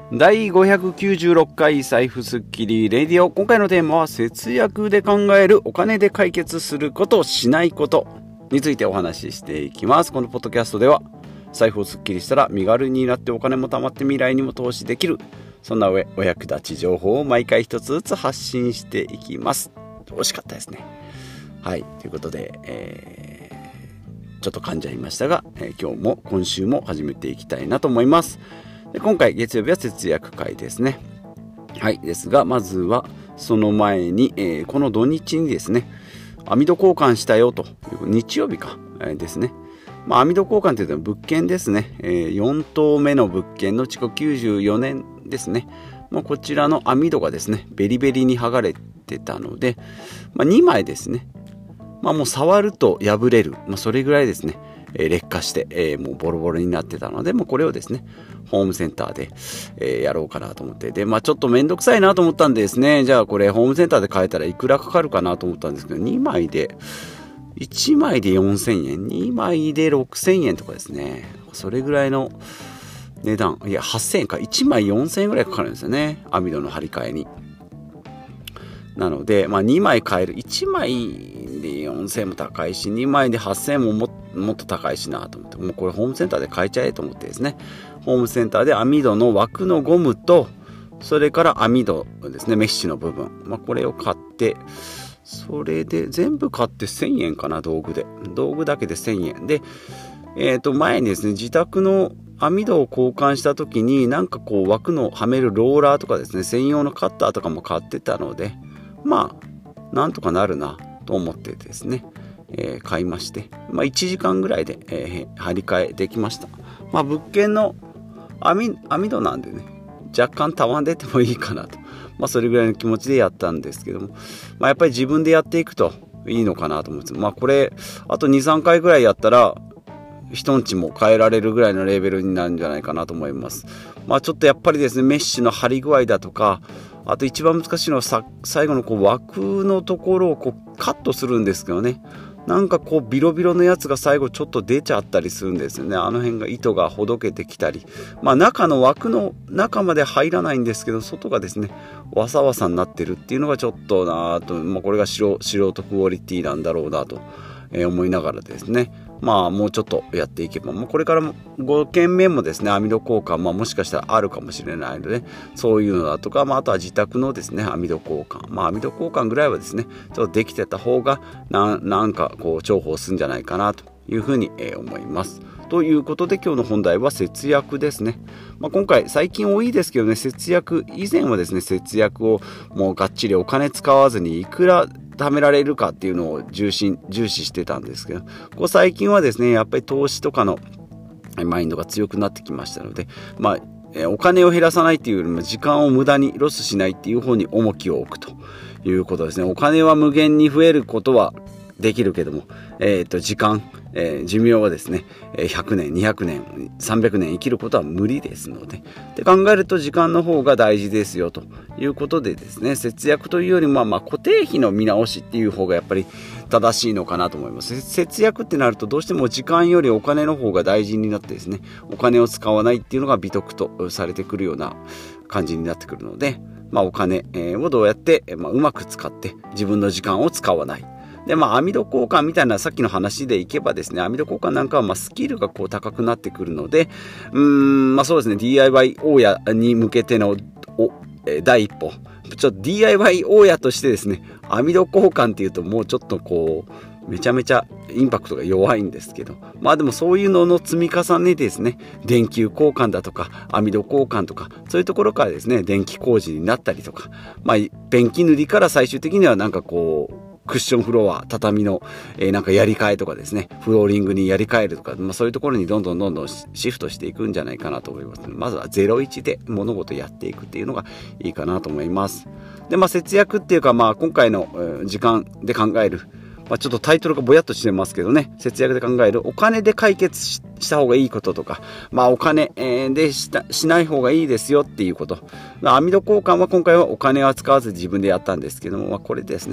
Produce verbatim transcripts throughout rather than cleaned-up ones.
だいごひゃくきゅうじゅうろっかい財布スッキリレディオ。今回のテーマは節約で考えるお金で解決することしないことについてお話ししていきます。このポッドキャストでは財布をスッキリしたら身軽になってお金も貯まって未来にも投資できる、そんな上お役立ち情報を毎回一つずつ発信していきます。惜しかったですね。はい、ということで、えー、ちょっと噛んじゃいましたが、えー、今日も今週も始めていきたいなと思います。で今回月曜日は節約会ですね。はい、ですがまずはその前に、えー、この土日にですね網戸交換したよという日曜日か、えー、ですね。まあ、網戸交換というのは物件ですね、えー、よん棟目の物件の築きゅうじゅうよねんですね。もうこちらの網戸がですねベリベリに剥がれてたので、まあ、にまいですね、まあ、もう触ると破れる、まあ、それぐらいですね、えー、劣化して、えー、もうボロボロになってたので、もうこれをですねホームセンターで、えー、やろうかなと思って、でまあちょっとめんどくさいなと思ったんでですね、じゃあこれホームセンターで買えたらいくらかかるかなと思ったんですけど、にまいでいちまいでよんせんえん、にまいでろくせんえんとかですね、それぐらいの値段、いやはっせんえんか、いちまいよんせんえんぐらいかかるんですよね、網戸の張り替えに。なので、まあ、にまい買える、いちまいでよんせんえんも高いし、にまいではっせんえんも も, もっと高いしなと思って、もうこれホームセンターで買えちゃえと思ってですね、ホームセンターで網戸の枠のゴムと、それから網戸ですね、メッシュの部分、まあ、これを買って、それで全部買ってせんえんかな、道具で。道具だけでせんえん。で、えっと、前にですね、自宅の網戸を交換した時に、なんかこう枠のはめるローラーとかですね、専用のカッターとかも買ってたので、まあ、なんとかなるなと思ってですね、えー、買いまして、まあいちじかんぐらいで、えー、張り替えできました。まあ物件の網、網戸なんでね、若干たわんでてもいいかなと。まあそれぐらいの気持ちでやったんですけども、まあやっぱり自分でやっていくといいのかなと思うんです。まあこれ、あとに、さんかいぐらいやったら、人んちも変えられるぐらいのレベルになるんじゃないかなと思います。まあちょっとやっぱりですね、メッシュの張り具合だとか、あと一番難しいのはさ最後のこう枠のところをこうカットするんですけどね、なんかこうビロビロのやつが最後ちょっと出ちゃったりするんですよね。あの辺が糸がほどけてきたり、まあ中の枠の中まで入らないんですけど、外がですねわさわさになってるっていうのがちょっとなぁと、まあ、これが素人クオリティなんだろうなと思いながらですね、まあもうちょっとやっていけば、もうこれからもごけんめもですね網戸交換、まあ、もしかしたらあるかもしれないので、そういうのだとか、まあ、あとは自宅のですね網戸交換、まあ網戸交換ぐらいはですねちょっとできてた方がななんかこう重宝するんじゃないかなというふうに思います。ということで今日の本題は節約ですね。まあ、今回最近多いですけどね、節約以前はですね節約をもうがっちりお金使わずにいくら貯められるかっていうのを重視重視してたんですけど、こう最近はですねやっぱり投資とかのマインドが強くなってきましたので、まあお金を減らさないっていうよりも時間を無駄にロスしないっていう方に重きを置くということですね。お金は無限に増えることはできるけども、えー、と時間、えー、寿命はですねひゃくねんにひゃくねんさんびゃくねん生きることは無理ですので、で考えると時間の方が大事ですよということでですね、節約というよりもまあ固定費の見直しっていう方がやっぱり正しいのかなと思います。節約ってなるとどうしても時間よりお金の方が大事になってですね、お金を使わないっていうのが美徳とされてくるような感じになってくるので、まあ、お金をどうやって、まあ、うまく使って自分の時間を使わない。でまあ、網戸交換みたいなさっきの話でいけばですね、網戸交換なんかはまあスキルがこう高くなってくるので、うーんまあそうですね ディーアイワイ 大家に向けてのおえ第一歩、ちょっと ディーアイワイ 大家としてですね網戸交換っていうともうちょっとこうめちゃめちゃインパクトが弱いんですけど、まあでもそういうのの積み重ねでですね、電球交換だとか網戸交換とかそういうところからですね電気工事になったりとか、まあペンキ塗りから最終的にはなんかこうクッションフロア、畳の、えー、なんかやり替えとかですね、フローリングにやり替えるとか、まあ、そういうところにどんどんどんどんシフトしていくんじゃないかなと思います。まずはゼロイチで物事やっていくっていうのがいいかなと思います。で、まあ節約っていうか、まあ今回の、えー、時間で考える、まあ、ちょっとタイトルがぼやっとしてますけどね、節約で考えるお金で解決 し, した方がいいこととか、まあお金、えー、で し, しない方がいいですよっていうこと。網戸交換は今回はお金は使わず自分でやったんですけども、まあ、これですね、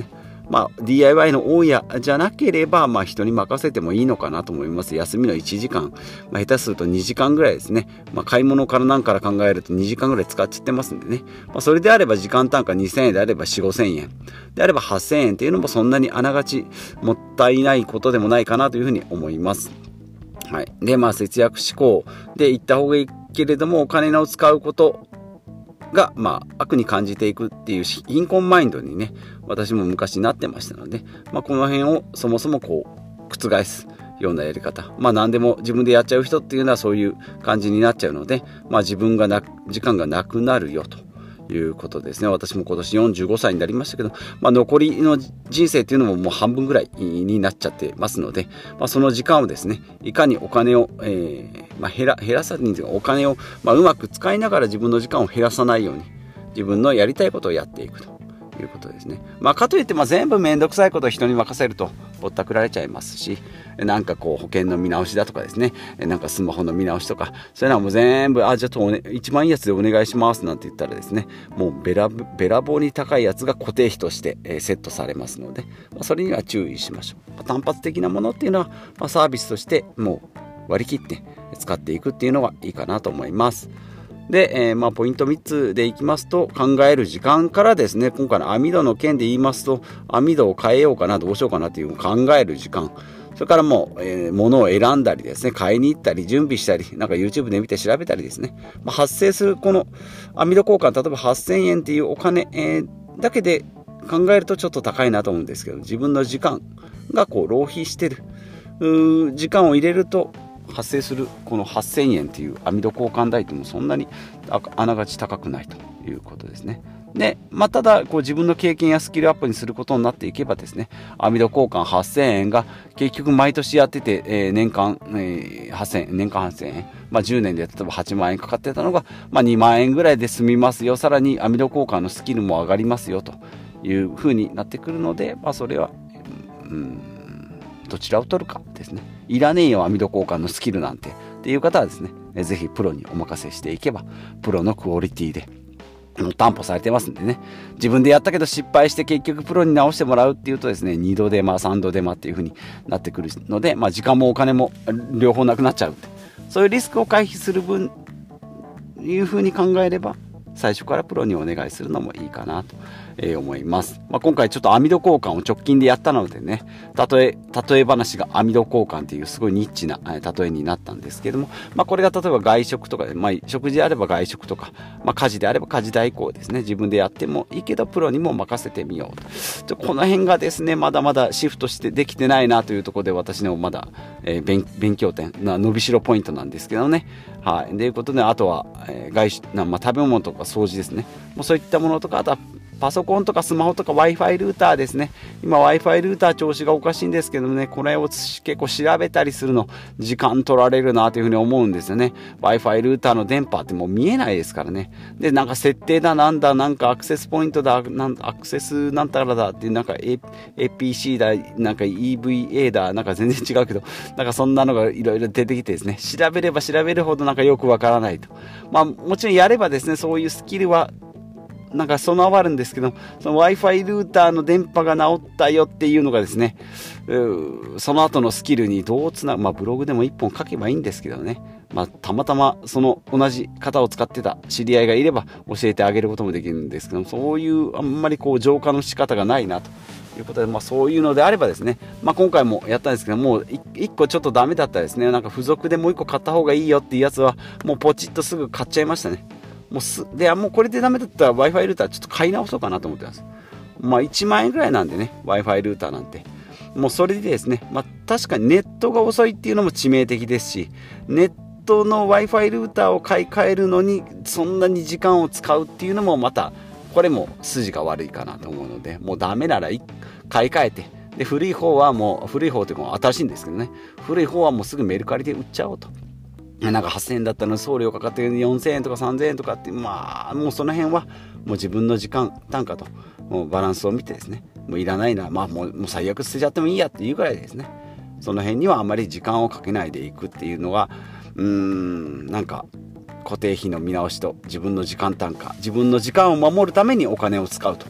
まあ、ディーアイワイ の大家じゃなければ、まあ、人に任せてもいいのかなと思います。休みのいちじかん、まあ、下手するとにじかんぐらいですね。まあ、買い物からなんから考えるとにじかんぐらい使っちゃってますんでね。まあ、それであれば時間単価にせんえんであればよん、ごせんえんであればはっせんえんっていうのもそんなにあながちもったいないことでもないかなというふうに思います。はい。で、まあ、節約志向で行った方がいいけれども、お金を使うことが、まあ、悪に感じていくっていう貧困マインドにね、私も昔なってましたので、まあ、この辺をそもそもこう覆すようなやり方、まあ、何でも自分でやっちゃう人っていうのはそういう感じになっちゃうので、まあ、自分がな時間がなくなるよということですね。私も今年よんじゅうごさいになりましたけど、まあ、残りの人生っていうのももう半分ぐらいになっちゃってますので、まあ、その時間をですね、いかにお金を、えーまあ、減ら、減らさずにというか、お金を、まあ、うまく使いながら自分の時間を減らさないように、自分のやりたいことをやっていくということですね。まあ、かといって、まあ、全部めんどくさいことを人に任せるとぼったくられちゃいますし、なんかこう保険の見直しだとかですね、なんかスマホの見直しとか、そういうのはもう全部、あ、じゃあと、ね、一番いいやつでお願いしますなんて言ったらですね、もうべらべらぼうに高いやつが固定費として、えー、セットされますので、まあ、それには注意しましょう。まあ、単発的なものっていうのは、まあ、サービスとしてもう割り切って使っていくっていうのがいいかなと思います。で、えー、まあポイントみっつでいきますと、考える時間からですね、今回の網戸の件で言いますと、網戸を変えようかな、どうしようかなっていう考える時間、それからもう、えー、物を選んだりですね、買いに行ったり準備したり、なんか YouTube で見て調べたりですね、まあ、発生するこの網戸交換、例えばはっせんえんっていうお金、えー、だけで考えるとちょっと高いなと思うんですけど、自分の時間がこう浪費してる時間を入れると発生するこのはっせんえんという網戸交換代というのもそんなにあながち高くないということですね。で、まあ、ただこう自分の経験やスキルアップにすることになっていけばですね、網戸交換はっせんえんが結局毎年やってて、えー、年間、えー、はっせんえん、年間はっせんえん、まあ、じゅうねんで例えばはちまんえんかかってたのが、まあ、にまんえんぐらいで済みますよ、さらに網戸交換のスキルも上がりますよという風になってくるので、まあ、それは、うん、どちらを取るかですね。いらねえよ網戸交換のスキルなんてっていう方はですね、ぜひプロにお任せしていけば、プロのクオリティで担保されてますんでね、自分でやったけど失敗して結局プロに直してもらうっていうとですね、にど手間さんど手間っていう風になってくるので、まあ、時間もお金も両方なくなっちゃうって、そういうリスクを回避する分いう風に考えれば、最初からプロにお願いするのもいいかなと思います。まあ、今回ちょっと網戸交換を直近でやったのでね、例え、例え話が網戸交換っていうすごいニッチな例えになったんですけども、まあ、これが例えば外食とかで、まあ、食事であれば外食とか、まあ、家事であれば家事代行ですね、自分でやってもいいけどプロにも任せてみようと。この辺がですね、まだまだシフトしてできてないなというところで、私のまだ、えー、勉, 勉強点な伸びしろポイントなんですけどね。はい。ということで、あとは、えー、外出な、まあ、食べ物とか掃除ですね。もうそういったものとか、あとはパソコンとかスマホとか Wi-Fi ルーターですね。今 Wi-Fi ルーター調子がおかしいんですけどね、これを結構調べたりするの時間取られるなというふうに思うんですよね。Wi-Fi ルーターの電波ってもう見えないですからね。で、なんか設定だなんだ、なんかアクセスポイントだ、なんアクセスなんたらだっていう、なんか エーピーシー だ、なんか イーブイエー だ、なんか全然違うけど、なんかそんなのがいろいろ出てきてですね、調べれば調べるほどなんかよくわからないと。まあもちろんやればですね、そういうスキルはなんか備わるんですけど、その Wi-Fi ルーターの電波が直ったよっていうのがですね、その後のスキルにどうつなぐ、まあブログでも一本書けばいいんですけどね、まあたまたまその同じ型を使ってた知り合いがいれば教えてあげることもできるんですけども、そういうあんまりこう浄化の仕方がないなということで、まあそういうのであればですね、まあ今回もやったんですけども、一個ちょっとダメだったらですね、なんか付属でもう一個買った方がいいよっていうやつはもうポチッとすぐ買っちゃいましたね。もうすでもうこれでダメだったら Wi-Fi ルーターちょっと買い直そうかなと思ってます。まあいちまんえんぐらいなんでね、 Wi-Fi ルーターなんてもうそれでですね、まあ確かにネットが遅いっていうのも致命的ですし、ネットの Wi-Fi ルーターを買い替えるのにそんなに時間を使うっていうのもまたこれも筋が悪いかなと思うので、もうダメなら買い替えて、で古い方はもう古い方というか新しいんですけどね、古い方はもうすぐメルカリで売っちゃおうと。なんかはっせんえんだったのに送料かかってよんせんえんとかさんぜんえんとかって、まあもうその辺はもう自分の時間単価ともうバランスを見てですね、もういらないならまあもう、もう最悪捨てちゃってもいいやっていうぐらいですね、その辺にはあまり時間をかけないでいくっていうのが、うーんなんか固定費の見直しと自分の時間単価、自分の時間を守るためにお金を使うと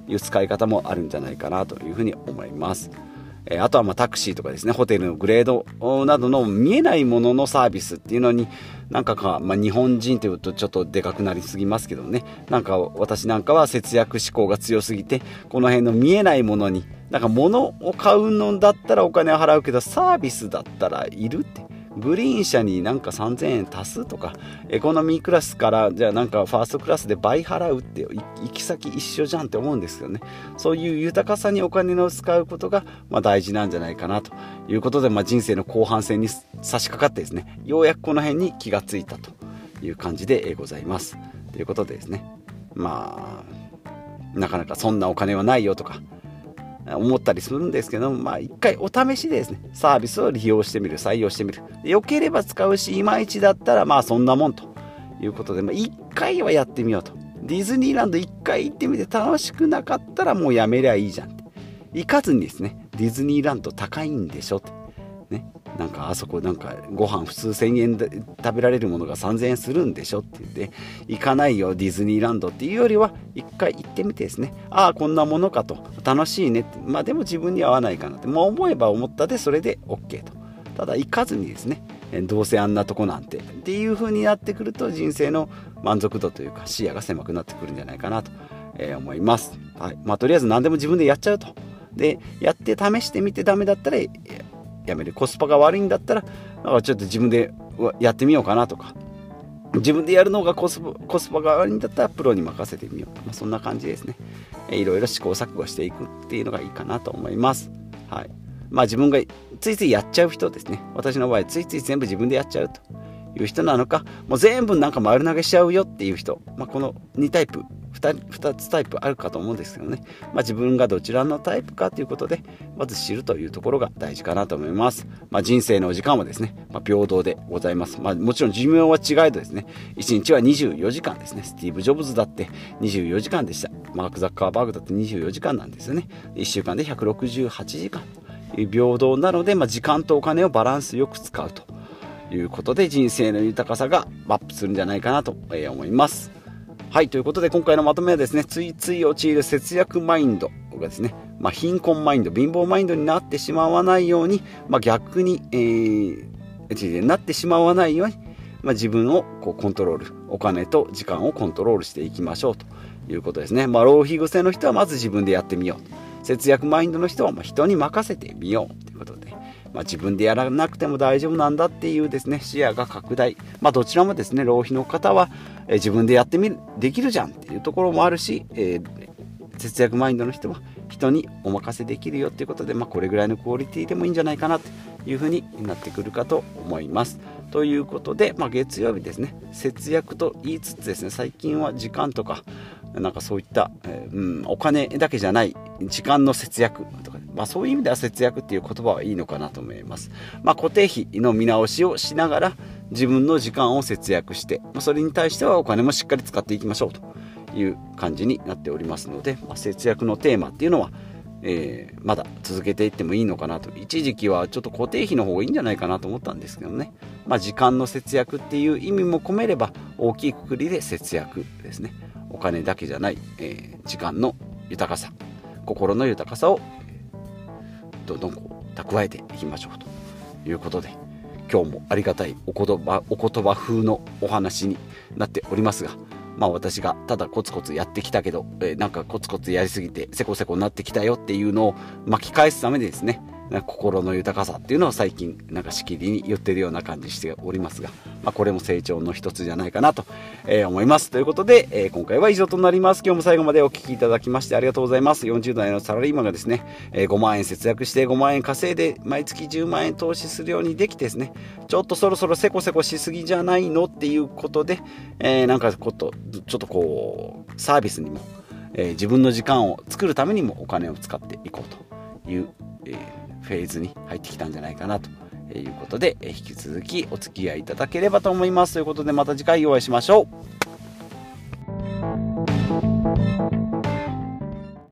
いう使い方もあるんじゃないかなというふうに思います。えー、あとはまあタクシーとかですね、ホテルのグレードなどの見えないもののサービスっていうのになんかか、まあ、日本人というとちょっとでかくなりすぎますけどね、なんか私なんかは節約志向が強すぎて、この辺の見えないものに、なんか物を買うのだったらお金を払うけどサービスだったらいるって、グリーン車になんかさんぜんえん足すとか、エコノミークラスからじゃあなんかファーストクラスで倍払うって行き先一緒じゃんって思うんですけどね、そういう豊かさにお金を使うことがまあ大事なんじゃないかなということで、まあ、人生の後半戦に差し掛かってですね、ようやくこの辺に気がついたという感じでございます。ということでですね、まあなかなかそんなお金はないよとか思ったりするんですけど、まあ一回お試しでですね、サービスを利用してみる、採用してみる、良ければ使うし、いまいちだったらまあそんなもんということで、まあ、一回はやってみようと。ディズニーランド一回行ってみて楽しくなかったらもうやめりゃいいじゃんって、行かずにですね、ディズニーランド高いんでしょってね、なんかあそこなんかご飯普通せんえんで食べられるものがさんぜんえんするんでしょって言って行かないよディズニーランドっていうよりは、一回行ってみてですね、ああこんなものかと、楽しいねって、まあでも自分には合わないかなって、もう思えば思ったでそれで OK と。ただ行かずにですね、どうせあんなとこなんてっていう風になってくると、人生の満足度というか視野が狭くなってくるんじゃないかなと思います。はい、まあとりあえず何でも自分でやっちゃうと。でやって試してみてダメだったらやめる。コスパが悪いんだったらなんかちょっと自分でやってみようかなとか、自分でやるのがコスパ、コスパが悪いんだったらプロに任せてみよう、まあ、そんな感じですね。いろいろ試行錯誤していくっていうのがいいかなと思います。はい、まあ自分がついついやっちゃう人ですね、私の場合ついつい全部自分でやっちゃうという人なのか、もう全部なんか丸投げしちゃうよっていう人、まあ、このにタイプ 2, 2つタイプあるかと思うんですけどね、まあ、自分がどちらのタイプかということでまず知るというところが大事かなと思います。まあ、人生の時間はですね、まあ、平等でございます。まあ、もちろん寿命は違いとですね、いちにちはにじゅうよじかんですね。スティーブ・ジョブズだってにじゅうよじかんでした。マーク・ザッカーバーグだってにじゅうよじかんなんですよね。いっしゅうかんでひゃくろくじゅうはちじかん、平等なので、まあ、時間とお金をバランスよく使うということで人生の豊かさがアップするんじゃないかなと思います。はい、ということで今回のまとめはですね、ついつい陥る節約マインドがですね、まあ、貧困マインド、貧乏マインドになってしまわないように、まあ、逆に、えー、なってしまわないように、まあ、自分をこうコントロール、お金と時間をコントロールしていきましょうということですね。まあ、浪費癖の人はまず自分でやってみよう、節約マインドの人はまあ人に任せてみようということで、まあ、自分でやらなくても大丈夫なんだっていうですね、視野が拡大、まあ、どちらもですね、浪費の方は、えー、自分でやってみるできるじゃんっていうところもあるし、えー、節約マインドの人は人にお任せできるよっていうことで、まあ、これぐらいのクオリティでもいいんじゃないかなというふうになってくるかと思います。ということで、まあ、月曜日ですね、節約と言いつつですね、最近は時間とかなんかそういった、えーうん、お金だけじゃない時間の節約とか、まあ、そういう意味では節約っていう言葉はいいのかなと思います。まあ、固定費の見直しをしながら自分の時間を節約して、それに対してはお金もしっかり使っていきましょうという感じになっておりますので、まあ、節約のテーマっていうのは、えー、まだ続けていってもいいのかなと。一時期はちょっと固定費の方がいいんじゃないかなと思ったんですけどね、まあ、時間の節約っていう意味も込めれば大きいくくりで節約ですね。お金だけじゃない、えー、時間の豊かさ、心の豊かさをどんどんこう蓄えていきましょうということで、今日もありがたいお言葉、お言葉風のお話になっておりますが、まあ私がただコツコツやってきたけど、えー、なんかコツコツやりすぎてせこせこになってきたよっていうのを巻き返すためにですね、心の豊かさっていうのを最近なんかしきりに言ってるような感じしておりますが、まあ、これも成長の一つじゃないかなと、えー、思います。ということで、えー、今回は以上となります。今日も最後までお聞きいただきましてありがとうございます。よんじゅう代のサラリーマンがですね、えー、ごまんえん節約してごまんえん稼いで毎月じゅうまんえん投資するようにできてですね、ちょっとそろそろせこせこしすぎじゃないのっていうことで、えー、なんかことちょっとこうサービスにも、えー、自分の時間を作るためにもお金を使っていこうという、えーフェーズに入ってきたんじゃないかなということで、引き続きお付き合いいただければと思います。ということでまた次回お会いしましょう。